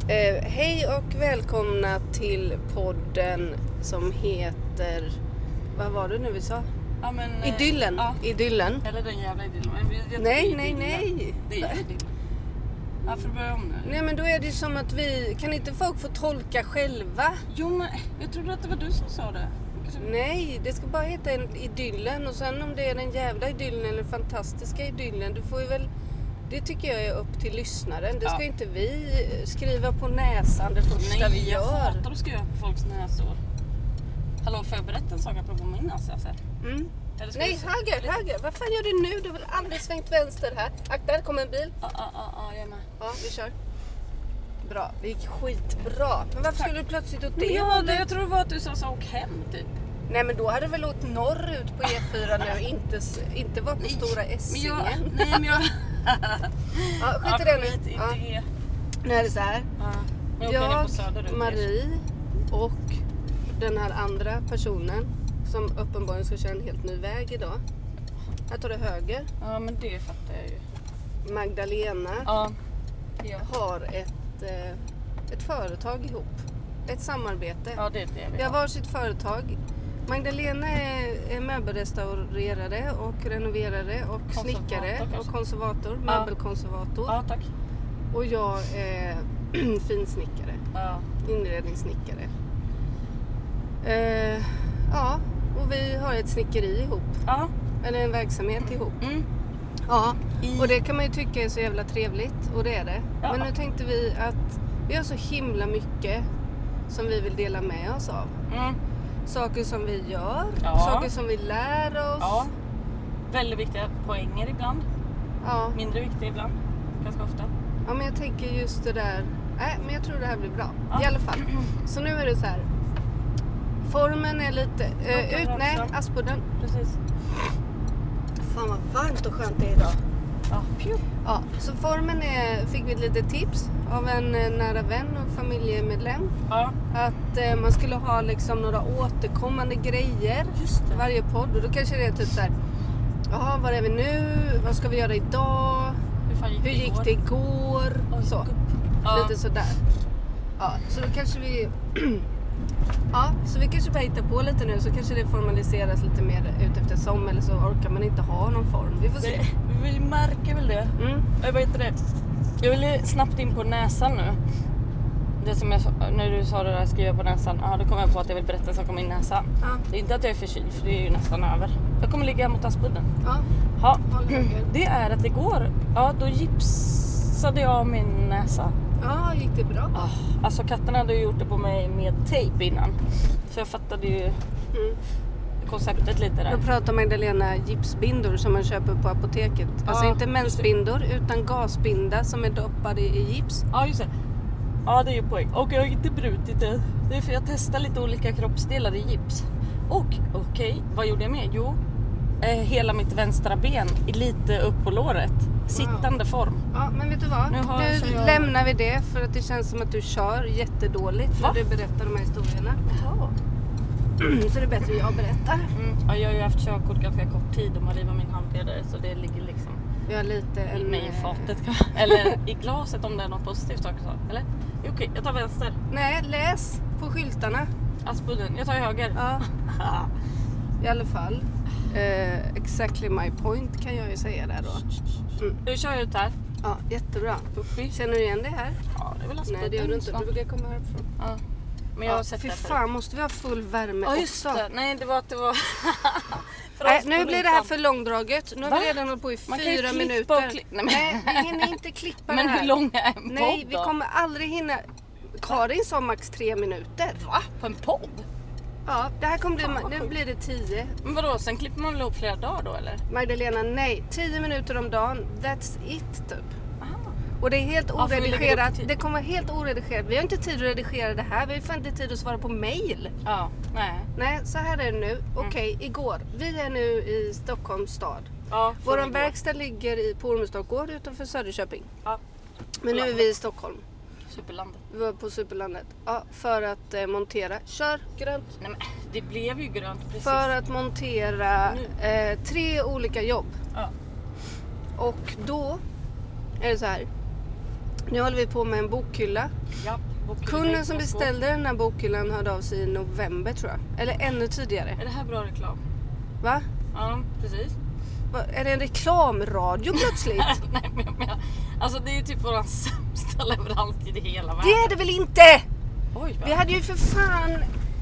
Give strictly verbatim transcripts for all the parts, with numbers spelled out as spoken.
Eh, hej och välkomna till podden som heter... Vad var det nu vi sa? Ja, men, Idyllen. Ja. Idyllen. Eller den jävla idyllen. Men jag tycker Nej, idyllen. nej, nej. Det är idyllen. Ja, för att börja om nu. Nej, men då är det ju som att vi... Kan inte folk få tolka själva? Jo, men jag trodde att det var du som sa det. Kanske... Nej, det ska bara heta en idyllen. Och sen om det är den jävla idyllen eller fantastiska idyllen, du får ju väl... Det tycker jag är upp till lyssnaren. Det ska Ja. inte vi skriva på näsan det första Nej, vi gör. jag hatar att skriva på folks näsor. Hallå, får jag berätta en sak apropå min näsa? Mm. Eller ska Nej, du... höger, Lite... höger. Vad fan gör du nu? Du har väl aldrig svängt vänster här? Akta, där kommer en bil. Ja, ja, ja, ja, jag är med. Ja, vi kör. Bra, det gick skitbra. Men varför Tack. skulle du plötsligt åt det Men jag, hållet? jag tror det var att du sa så åk hem, typ. Nej, men då hade det väl åkt norrut på E fyra nu, inte, inte var på Nej, Stora men jag... Essingen. Nej, men jag... Ja, skit ja, i det nu. skit i Ja. det. Nu är det så här. Ja. Nu åker jag ner Jag, på söderut. Marie och den här andra personen som uppenbarligen ska köra en helt ny väg idag. Här tar det höger. Ja, men det fattar jag ju. Magdalena Ja. Ja, har ett, eh, ett företag ihop. Ett samarbete. ja det är det vi Vi har har. varsitt företag. Magdalena är, är möbelrestaurerare och renoverare och Konservator, snickare kanske? och konservator, Ja. möbelkonservator. Ja, tack. Och jag är finsnickare, Ja. inredningssnickare. Eh, ja, och vi har ett snickeri ihop. Ja. Eller en verksamhet ihop. Mm. Ja, I... och det kan man ju tycka är så jävla trevligt, och det är det. Ja. Men nu tänkte vi att vi har så himla mycket som vi vill dela med oss av. Mm. Saker som vi gör, Ja. saker som vi lär oss. Ja. Väldigt viktiga poänger ibland. Ja. Mindre viktiga ibland. Ganska ofta. Ja, men jag tänker just det där. Nej, men jag tror det här blir bra. Ja. I alla fall. Så nu är det så här. Formen är lite... Eh, Okej, ut, nej, också. Aspudden. Precis. Fan vad varmt och skönt det är idag. Ja. Pju. Ja, så formen är, fick vi ett litet tips av en eh, nära vän och familjemedlem. Ja. Att eh, man skulle ha liksom några återkommande grejer. Just det. Varje podd. Och då kanske det är typ så här. Jaha, var är vi nu? Vad ska vi göra idag? Hur fan gick Hur det gick igår? det igår? Oj, Så. gupp. Ja. Lite sådär. Ja, så då kanske vi... ja, så vi kanske bara hittar på lite nu. Så kanske det formaliseras lite mer ut eftersom. Eller så orkar man inte ha någon form. Vi får se. Vi, vi märker väl det. Mm. Jag vet inte det. Jag vill snabbt in på näsan nu. Det som jag sa, när du sa det där skriva på näsan. Ja, då kom jag på att jag vill berätta en sak om min näsa. Ja. Det är inte att jag är förkyld, för det är ju nästan över. Jag kommer ligga mot Aspudden. Ja. Ja, Håll höger. det är att igår, ja då gipsade jag min näsa. Ja, gick det bra? Ah, alltså katterna hade ju gjort det på mig med tejp innan. Så jag fattade ju Mm. konceptet lite där. Då pratar Magdalena gipsbindor som man köper på apoteket. Alltså Ja, inte mensbindor utan gasbinda som är doppade i gips. Ja, just det. Ja, det är ju poäng. Och jag har inte brutit det. Det är för jag testar lite olika kroppsdelar i gips. Och okej, okay, vad gjorde jag med? Jo, eh, hela mitt vänstra ben lite upp på låret. Sittande form. Ja, men vet du vad? Nu, Nu, har, jag... lämnar vi det för att det känns som att du kör jättedåligt Va? när du berättar de här historierna. Jaha. Så det är bättre jag berättar. Mm. Ja, jag har ju haft körkort ganska kort tid och Marie var min handledare, så det ligger liksom Vi har lite i en... mig i fatet. Eller i glaset om det är något positivt också. Eller? Okej, okay, jag tar vänster. Nej, läs på skyltarna. Aspudden, jag tar höger. Ja. I alla fall. Uh, exactly my point kan jag ju säga där då. Mm. Du kör ut här. Ja, jättebra. Uppi. Känner du igen det här? Ja, det är väl Aspudden. Nej, det gör du inte. Snart. Du brukar komma härifrån. Ja. Men jag har Ja, sett fy det fan, förut. måste vi ha full värme Ja, just också? det. Nej, det var att det var... Nej, nu blir det här för långdraget. Nu har Va? vi redan hållit på i Man kan ju fyra klippa minuter. och kli- Nej, men... Nej, vi hinner inte klippa Men det här. hur lång är en Nej, podd vi då? kommer aldrig hinna. Karin sa max tre minuter. Va? På en podd? Ja, det här kommer bli, Fan, vad nu sjukt. blir det tio. Men vadå, sen klipper man väl ihop flera dagar då, eller? Magdalena, nej. Tio minuter om dagen. That's it, typ. Aha. Och det är helt Ja, för vi lägger oredigerat. upp tid. Det kommer vara helt oredigerat. Vi har inte tid att redigera det här. Vi har fan inte tid att svara på mail. Ja, nej. Nej, så här är det nu. Okej, okay, igår. Vi är nu i Stockholms stad. Ja, Vår igår. verkstad ligger i, på Ormestad utanför Söderköping. Ja. Men nu är vi i Stockholm. Superlandet. Vi var på Superlandet. Ja, för att eh, montera. Kör, grönt. Nej, men det blev ju grönt precis. För att montera eh, tre olika jobb. Ja. Och då är det så här. Nu håller vi på med en bokhylla. Ja, bokhylla. Kunden som beställde den här bokhyllan hörde av sig i november tror jag. Eller ännu tidigare. Är det här bra reklam? Va? Ja, precis. Va? Är det en reklamradio plötsligt? Nej, men jag menar, alltså det är ju typ våran sämsta leverans i hela världen. Det är det väl inte? Oj, va? Vi hade ju för fan...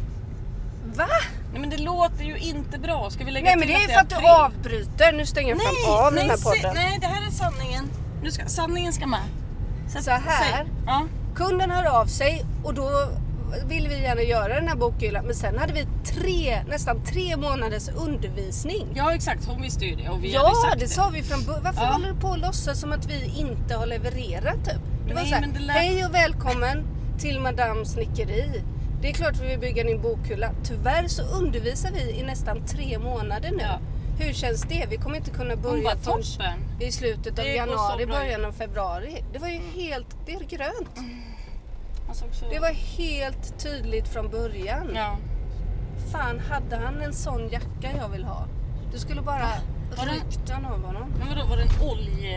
Va? Nej, men det låter ju inte bra. Ska vi lägga Nej, till men det är att för att du april? avbryter. Nu stänger jag Nej, fan av nej, den här se- podden. nej, det här är sanningen. Nu ska, sanningen ska med. Så, Så här. säg. Ja. Kunden hör av sig och då vill vi gärna göra den här bokhyllan. Men sen hade vi tre, nästan tre månaders undervisning. Ja, exakt. Hon visste ju det. Och vi Ja, hade sagt det, det sa vi från början. Varför Ja. håller du på att låtsas som att vi inte har levererat typ? Det var Nej, så här, men det lät- hej och välkommen till Madame Snickeri. Det är klart vi vill bygga din bokhylla. Tyvärr så undervisar vi i nästan tre månader nu. Ja. Hur känns det? Vi kommer inte kunna Hon börja bara, förrän toppen. i slutet av Det går så januari, bra. början av februari. Det var ju helt, det är grönt. Alltså också... Det var helt tydligt från början. Ja. Fan, hade han en sån jacka jag vill ha? Du skulle bara Var det- ryckt den av honom. Men vadå, var det en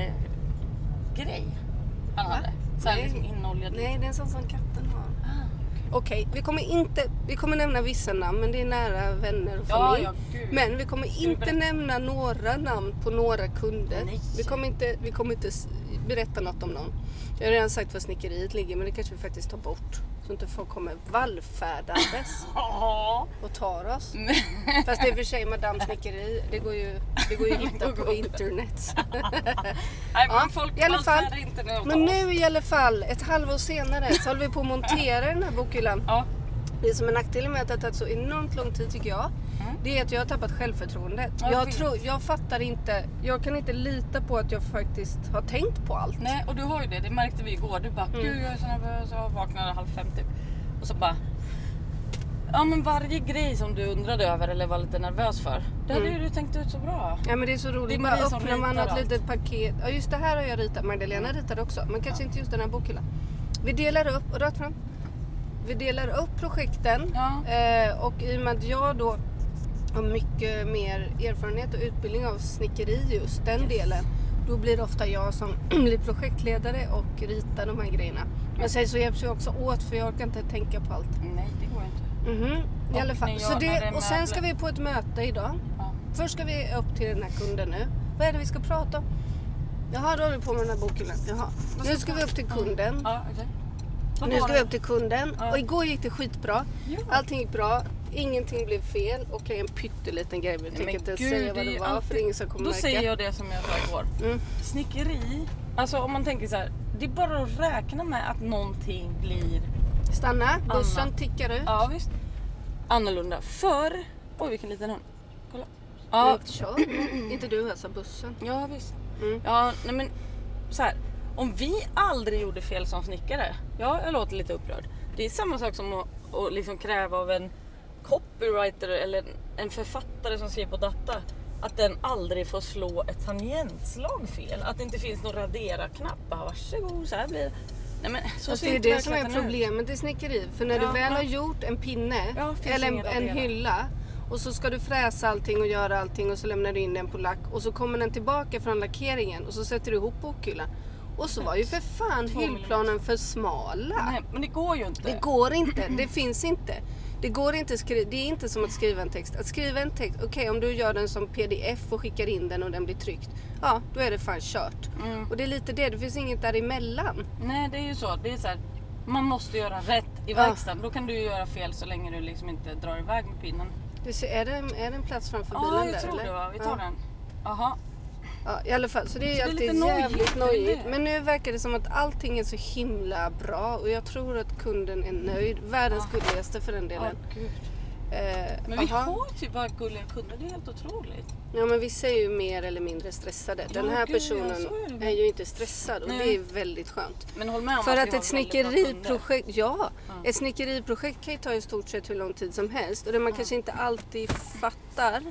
oljegrej han Va? hade? Så här Nej. liksom inoljad. Nej, det är en sån som katten har. Ah. Okej, vi kommer inte, vi kommer nämna vissa namn, men det är nära vänner och Ja, familj. ja, gud. Men vi kommer Ska vi inte berätta? nämna några namn på några kunder. Nej. Vi kommer inte, vi kommer inte s- berätta något om någon. Jag har redan sagt var snickeriet ligger, men det kanske vi faktiskt tar bort. Så inte folk kommer vallfärdandes Ja. och tar oss. Fast det är för sig Madame Snickeri, det går ju, det går ju att hitta på internet. Nej, Ja, men folk i alla fall. vallfärdar inte nu åt Men oss. nu i alla fall, ett halvår senare, så håller vi på att montera den här bokhyllan. Ja. Det som är nackdelen med att det har tagit så enormt lång tid tycker jag, Mm. det är att jag har tappat självförtroendet. Jag Jag, vet. tror, jag fattar inte, jag kan inte lita på att jag faktiskt har tänkt på allt. Nej, och du har ju det. Det märkte vi igår. Du bara, Mm. gud jag är så nervös. Jag vaknade halv fem typ. Och så bara, ja men varje grej som du undrade över eller var lite nervös för, det hade Mm. ju du tänkt ut så bra. Ja, men det är så roligt, Det är bara Marie som öppnar man ritar ett allt. litet paket. Ja, just det här har jag ritat, Magdalena Mm. ritade också, men kanske inte just den här bokhyllan. Vi delar upp, och rakt fram. Vi delar upp projekten Ja. eh, och i och med att jag då har mycket mer erfarenhet och utbildning av snickeri just den delen, då blir det ofta jag som blir projektledare och ritar de här grejerna. Men sen så hjälps jag också åt för jag orkar inte tänka på allt. Nej, det går ju inte. Mhm, i Och alla fall. ni Så gör när det, det är och sen ska möbler. vi på ett möte idag. Ja. Först ska vi upp till den här kunden nu. Vad är det vi ska prata om? Jaha, då håller vi på med den här bokhyllan. Jaha. Nu ska vi upp till kunden. Ja, okej. Vad Nu var ska det? vi upp till kunden. Ja. Och igår gick det skitbra. Ja. Allting gick bra. Ingenting blev fel. Okej, en pytteliten grej. Jag tänker inte säga vad är det ju var alltid- för det är ingen som kommer Då märka. säger jag det som jag sa igår. Mm. Snickeri, alltså om man tänker så här, det är bara att räkna med att någonting blir, Stanna, bussen Anna. tickar ut. ja visst, annorlunda. För, oj vilken liten hund. Kolla. Ja, Mm, kör. Inte du alltså, bussen. ja visst. Mm. Ja, nej men så här, om vi aldrig gjorde fel som snickare, ja jag låter lite upprörd. Det är samma sak som att, att liksom kräva av en copywriter eller en författare som skriver på data att den aldrig får slå ett tangentslag fel. Att det inte finns någon radera-knapp. Bara, varsågod, så här blir det. Nej, men så Fast ser det är inte det som är verkligheten ut. problemet i snickeri. För när Ja, du väl men- har gjort en pinne Ja, finns eller en, ingen en radera. hylla och så ska du fräsa allting och göra allting och så lämnar du in den på lack och så kommer den tillbaka från lackeringen och så sätter du ihop bokhyllan. Och så var ju för fan Två hyllplanen för smala. Nej, men det går ju inte. Det går inte, det finns inte. Det går inte att skriva, det är inte som att skriva en text. Att skriva en text, okej okay, om du gör den som pdf och skickar in den och den blir tryckt. Ja, då är det fan kört. Mm. Och det är lite det, det finns inget däremellan. Nej, det är ju så. Det är så här, man måste göra rätt i Ja. verkstaden. Då kan du ju göra fel så länge du liksom inte drar iväg med pinnen. Du ser, är, det, är det en plats framför bilen Ja, där jag tror eller? det va. Vi tar ja. den. Jaha. Ja, i alla fall. Så det är Så det är alltid lite nojigt, jävligt det är nojigt. det. Men nu verkar det som att allting är så himla bra. Och jag tror att kunden är nöjd. Världens Ja. gulligaste för den Ja, delen. gud. Eh, Men vi aha. har typ bara gulliga kunder. Det är helt otroligt. Ja, men vissa är ju mer eller mindre stressade. Den Ja, här gud, ja, personen så är det. är ju inte stressad. Och Nej. det är väldigt skönt. Men håll med om För att, att vi har ett väldigt bra kunder. snickeriprojekt, ja, Ja. ett snickeriprojekt kan ju ta i stort sett hur lång tid som helst. Och det man Ja. kanske inte alltid fattar,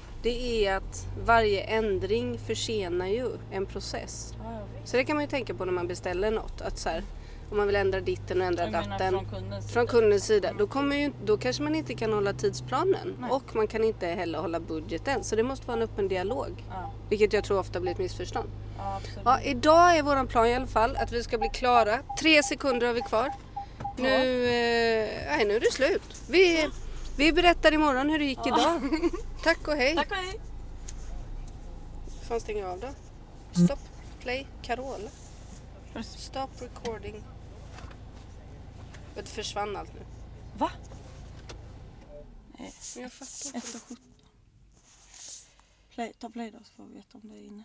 det är att varje ändring försenar ju en process. Ja, ja, visst. Så det kan man ju tänka på när man beställer något. Att så här, om man vill ändra ditten och ändra Jag menar datten från kundens sida. från kundens sida, då, kommer ju, då kanske man inte kan hålla tidsplanen. Nej. Och man kan inte heller hålla budgeten. Så det måste vara en öppen dialog. Ja. Vilket jag tror ofta blir ett missförstånd. Ja, absolut. Ja, idag är våran plan i alla fall att vi ska bli klara. Tre sekunder har vi kvar. Nu, eh, nej, nu är det slut. Vi, vi berättar imorgon hur det gick idag. Tack och hej. Tack och hej. Fan, stänger av då. Stop, play, Carola. Stop recording. Det försvann allt nu. Va? Nej, Men jag fattar inte. ett och sjutton. Play, ta play då så får vi veta om det är inne.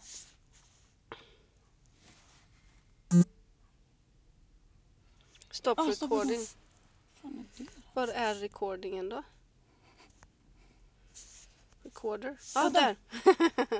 Stop Ah, stop recording. recording. Fan är det? Vad är recordingen då? Recorder? Ja, Ah, där.